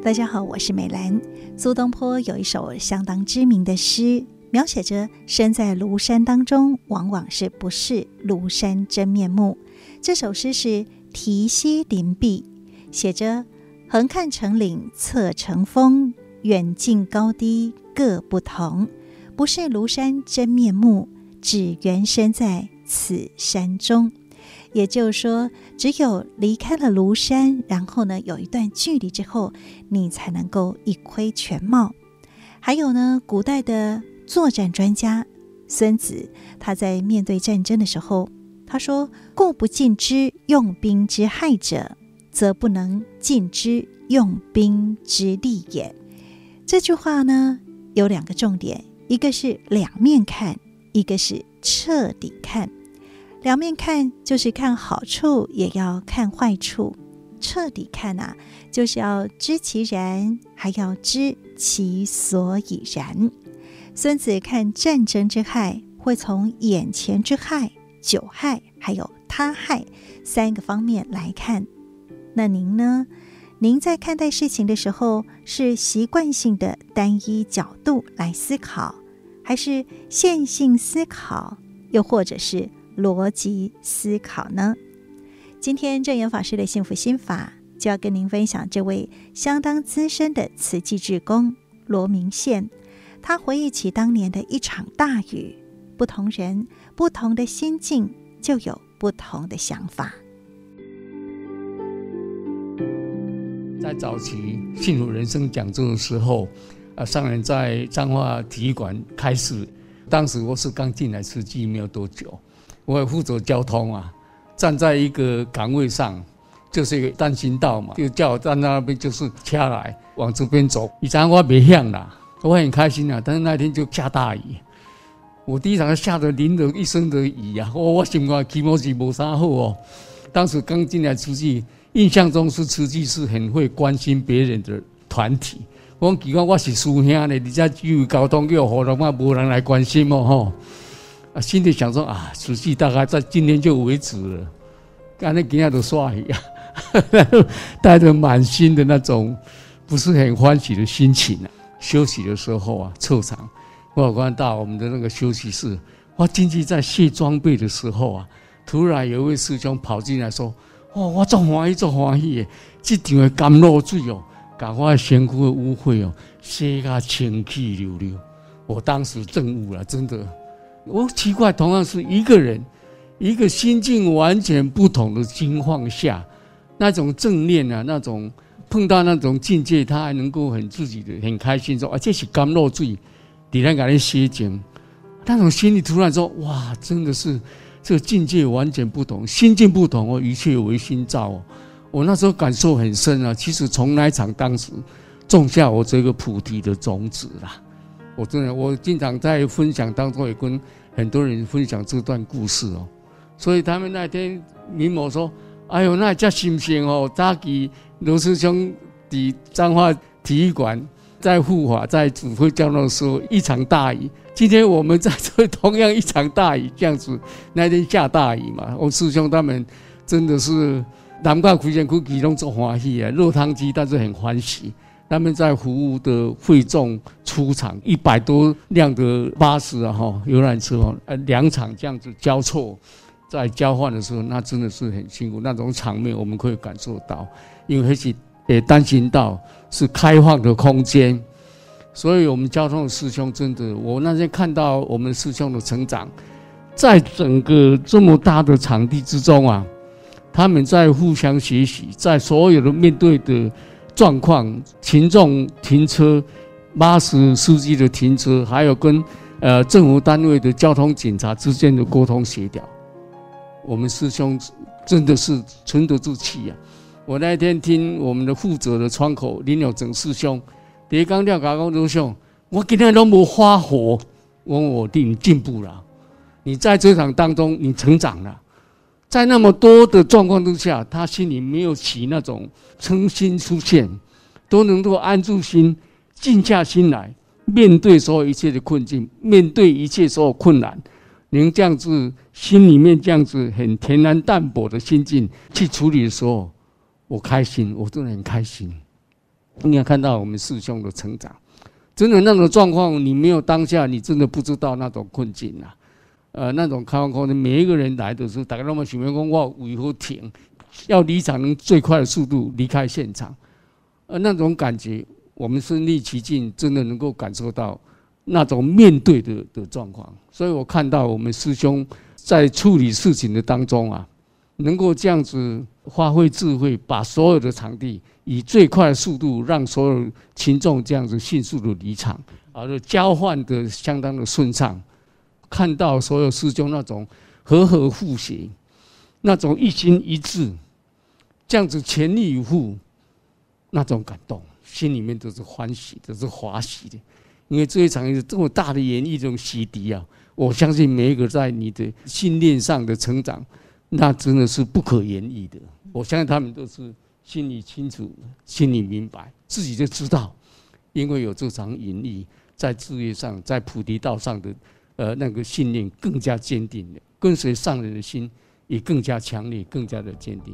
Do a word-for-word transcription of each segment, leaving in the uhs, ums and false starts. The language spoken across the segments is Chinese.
大家好，我是美兰。苏东坡有一首相当知名的诗，描写着身在庐山当中，往往是不是庐山真面目。这首诗是题西林壁，写着横看成岭侧成峰，远近高低各不同，不是庐山真面目，只缘身在此山中。也就是说，只有离开了庐山，然后呢有一段距离之后，你才能够一窥全貌。还有呢，古代的作战专家孙子，他在面对战争的时候，他说：故不尽知用兵之害者，则不能尽知用兵之利也。这句话呢有两个重点，一个是两面看，一个是彻底看。两面看就是看好处也要看坏处，彻底看啊，就是要知其然，还要知其所以然。孙子看战争之害，会从眼前之害、久害还有他害三个方面来看。那您呢？您在看待事情的时候，是习惯性的单一角度来思考，还是线性思考，又或者是逻辑思考呢？今天正言法师的幸福心法就要跟您分享这位相当资深的慈济志工罗明宪，他回忆起当年的一场大雨，不同人不同的心境就有不同的想法。 在早期幸福人生讲座的时候，呃，上人在彰化体育馆开始，当时我是刚进来慈济没有多久，我也负责交通啊，站在一个岗位上，就是一个单行道嘛，就叫我站在那边，就是掐来往这边走。以前我没想啦，我很开心啊，但是那天就下大雨，我第一场下得淋了一身的雨啊，我我心肝起毛是没啥好哦。当时刚进来慈济，印象中是慈济是很会关心别人的团体。我奇怪，我是师兄呢，你这有交通又好，嘛没人来关心哦吼。啊，心里想说啊，慈济大概在今天就为止了，刚才今天都刷一样，带着满心的那种不是很欢喜的心情啊。休息的时候啊，撤场，我有看到我们的那个休息室，我进去在卸装备的时候啊，突然有一位师兄跑进来说：“哇，我足欢喜，足欢喜的，这场的甘露水哦，把我身躯的污秽哦，洗到清气溜溜。”我当时证悟了，真的。我奇怪，同样是一个人，一个心境完全不同的情况下，那种正念啊，那种碰到那种境界，他还能够很自己的很开心说：“啊，这是甘露水，你来给你洗净。”那种心里突然说：“哇，真的是这个境界完全不同，心境不同哦，一切唯心造哦。”我那时候感受很深啊。其实从那一场当时种下我这个菩提的种子啦。我真的，我经常在分享当中也跟很多人分享这段故事哦。所以他们那天明某说：“哎呦，那这心情哦，早期罗师兄在彰化体育馆在护法在指挥交通的时候，一场大雨。今天我们在这同样一场大雨，这样子，那天下大雨嘛，我师兄他们真的是南瓜亏钱苦其中做欢喜啊，落汤鸡但是很欢喜。他们在服务的会众出场一百多辆的巴士啊，哈，游览车哦，呃，两场这样子交错，在交换的时候，那真的是很辛苦，那种场面我们可以感受到，因为那是呃单行道是开放的空间，所以我们交通的师兄真的，我那天看到我们师兄的成长，在整个这么大的场地之中啊，他们在互相学习，在所有的面对的状况，群众停车、巴士司机的停车，还有跟呃政府单位的交通警察之间的沟通协调，我们师兄真的是沉得住气啊！我那天听我们的负责的窗口林有正师兄，第一讲了讲讲兄，我今天都没发火，我我你进步了，你在这场当中你成长了。在那么多的状况之下，他心里没有起那种嗔心出现，都能够安住心，静下心来，面对所有一切的困境，面对一切所有困难，能这样子心里面这样子很恬然淡泊的心境去处理的时候，我开心，我真的很开心。 你也看到我们师兄的成长，真的那种状况，你没有当下，你真的不知道那种困境啊。呃，那种开放空间，每一个人来的时候，大家那么想要讲我为何停，要离场能最快的速度离开现场，呃，那种感觉，我们身临其境，真的能够感受到那种面对的的状况。所以我看到我们师兄在处理事情的当中啊，能够这样子发挥智慧，把所有的场地以最快的速度，让所有群众这样子迅速的离场，而交换的相当的顺畅。看到所有师兄那种和和互协，那种一心一致，这样子全力以赴，那种感动，心里面都是欢喜，都是华喜的。因为这一场这么大的演绎，这种洗涤啊，我相信每一个在你的信念上的成长，那真的是不可言喻的。我相信他们都是心里清楚，心里明白，自己就知道，因为有这场演绎，在事业上，在菩提道上的。呃，那个信念更加坚定了，跟随上人的心也更加强烈，更加的坚定。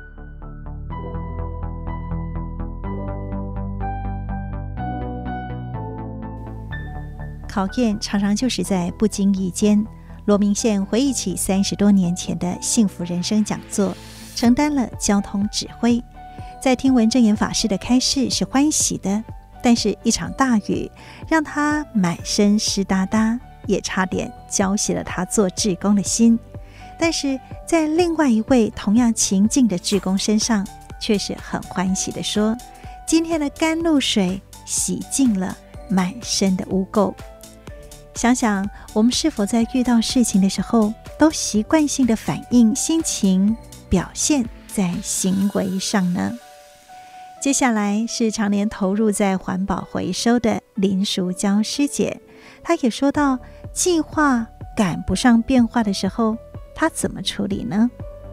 考验常常就是在不经意间。罗明宪回忆起三十多年前的幸福人生讲座，承担了交通指挥。在听闻证严法师的开示是欢喜的，但是一场大雨让他满身湿哒哒。也差点浇熄了他做志工的心，但是在另外一位同样情境的志工身上，却是很欢喜地说：“今天的甘露水洗净了满身的污垢。”想想我们是否在遇到事情的时候，都习惯性的反映心情，表现在行为上呢？接下来是常年投入在环保回收的林淑娇师姐，她也说到，计划赶不上变化的时候，她怎么处理呢？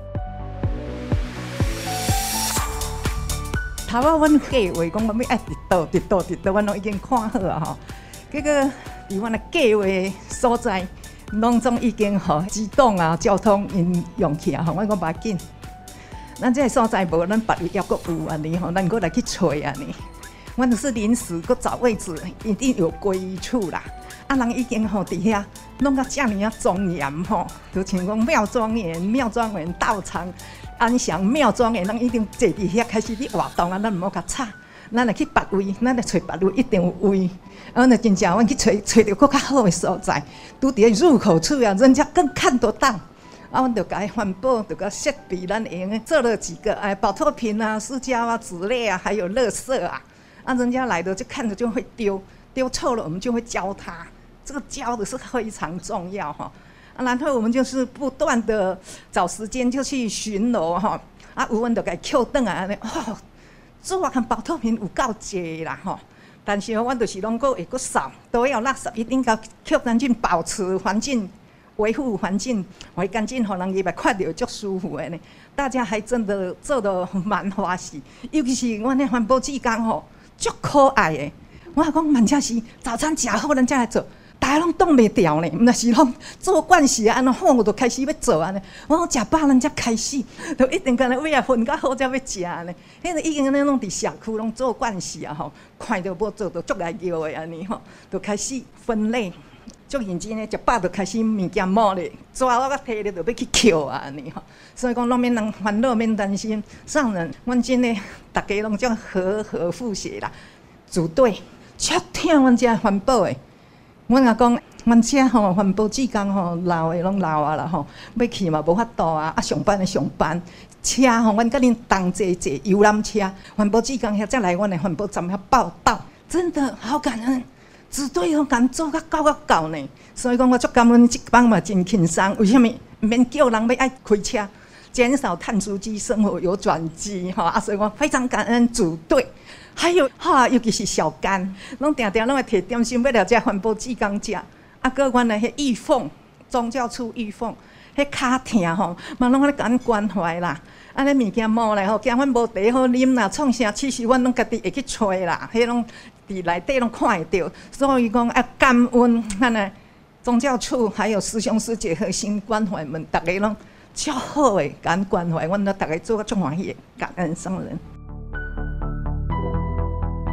头仔阮计划讲，我要爱伫倒伫倒伫倒，阮拢已经看好啊吼。结果伫阮的计划所在，拢总已经吼机动啊、交通因用起啊，吼，阮讲无要紧。咱这个所在无，咱别位也阁有安尼吼，咱阁来去找安尼。阮就是临时阁找位置，一定有归处啦。啊，人已经吼伫遐弄到遮尔啊庄严吼，就像讲庙庄严、庙庄严道场安详庙庄严，人一定坐伫遐开始咧活动啊，咱唔好甲吵。咱来去别位，咱来找别位，一定有位。啊，那真正阮去找找到更较好的所在，拄伫入口处啊，人家更看得到。啊，阮就甲伊环保，就甲设备，咱用做了几个哎，保特瓶啊、塑胶啊、纸类啊，还有垃圾啊。啊，人家来的就看着就会丢，丢臭了我们就会教他。这个教的是非常重要哈。啊，然后我们就是不断的找时间就去巡逻哈。啊，有阮就甲伊捡转来安尼，哦，做啊含保特瓶有够济啦吼。但是阮就是拢个会阁扫，都要垃圾一定要捡干净，保持环境。维护环境，维干净，互人入来看到足舒服的呢。大家还真的做得蛮欢喜，尤其是阮的环保志工吼，足可爱的。我讲慢车是早餐食好，咱才来做，大家拢挡袂掉呢。毋那是拢做惯势啊，安尼好，我就开始要做安尼。我讲食饱，咱才开始，就一定干咧为啊分较好才要食呢。迄个已经咧拢伫社区拢做惯势啊吼，看到要做就足来叫的安尼吼，就开始分类。足认真诶，食饱就开始物件摸咧，抓我甲摕咧就要去捡啊安尼吼。所以讲，拢免人烦恼，免担心。上人，阮真诶，大家拢叫和和互协啦，组队，足听阮遮环保诶。阮也讲，阮遮吼环保志工吼，老诶拢老啊啦吼，要去嘛无法度啊，啊上班诶上班。车吼，阮甲恁同齐坐游览车，环保志工遐才来阮诶环保站遐报道，真的好感恩。组队吼，敢做甲到甲到呢，所以讲我足感恩，即帮嘛真轻松。为什么？免叫人要爱开车，减少碳足迹，生活有转机吼。啊，所以讲非常感恩组队，还有哈，尤其是小甘，拢定定拢会摕点心要了这环保志工食。啊，个阮的迄玉凤宗教处玉凤，迄骹疼吼，嘛拢咧甲阮关怀啦。啊，咧物件摸来吼，惊阮无茶好啉啦，创啥？其实阮拢家己会去找啦，迄拢。伫内底拢看会到，所以讲啊，感恩咱的宗教处还有师兄师姐核心关怀们，大家拢超好诶，感关怀，阮都大家做个足欢喜，感恩上人。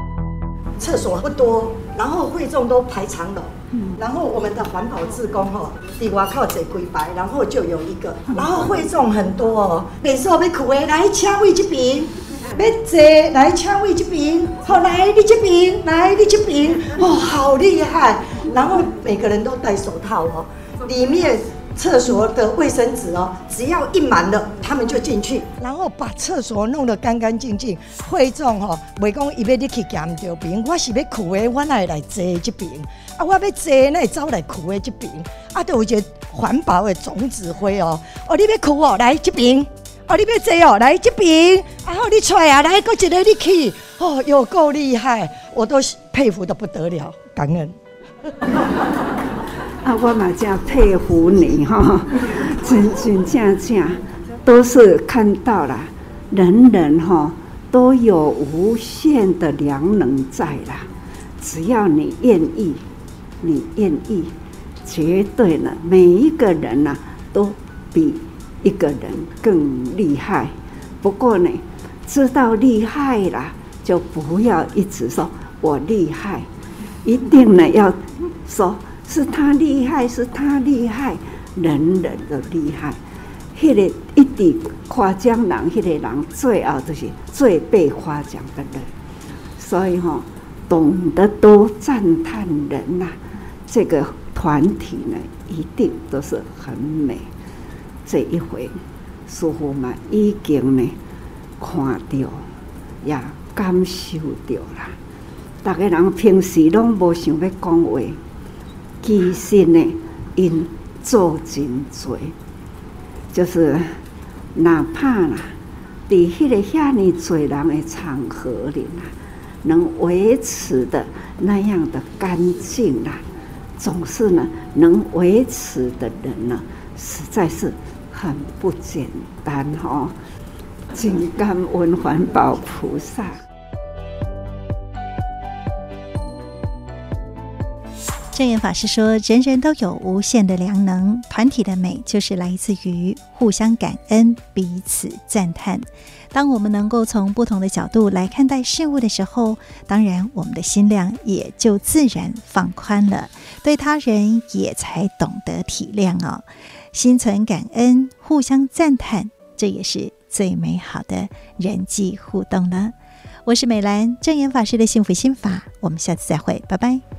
厕所不多，然后会众都排长龙。嗯，然后我们的环保志工吼，伫外口坐几排，然后就有一个，然后会众很多哦，每次我要去的来请位这边，要坐来请位这边，好来你这边，来你这边，哦，好厉害！然后每个人都戴手套哦，里面厕所的卫生纸哦，只要一满了，他们就进去，然后把厕所弄得干干净净。会众吼，袂讲伊要你去检着边，我是要去的，我哪会来坐这边？啊，我要坐，那会走来去的这边。啊，就有一个环保的总指挥哦，哦，你要去哦，来这边。哦，你要坐哦，来这边。啊，好，你出来啊，来，搁一个你去。哦，有够厉害，我都佩服得不得了，感恩。 啊，我嘛真佩服你哈，真真正正都是看到了，人人哈都有无限的良能在啦，只要你愿意，你愿意，绝对呢，每一个人呐、啊、都比一个人更厉害。不过呢，知道厉害啦，就不要一直说我厉害，一定呢要说。是他厉害，是他厉害，人人都厉害。迄、那个一直夸奖人，迄、那个人最后就是最被夸奖的人。所以哈、哦，懂得多赞叹人呐、啊，这个团体呢，一定都是很美。这一回，师父嘛已经呢看到，也感受到啦。大家人平时拢无想要讲话。其实呢，因做真多，就是哪怕啦，在迄个遐尼多人的场合里啦，能维持的那样的干净啦，总是呢能维持的人呢，实在是很不简单哦。真感恩环保菩萨。 正言法师说，人人都有无限的良能，团体的美就是来自于互相感恩，彼此赞叹。当我们能够从不同的角度来看待事物的时候，当然我们的心量也就自然放宽了，对他人也才懂得体谅哦。心存感恩，互相赞叹，这也是最美好的人际互动了。我是美兰，正言法师的幸福心法，我们下次再会，拜拜。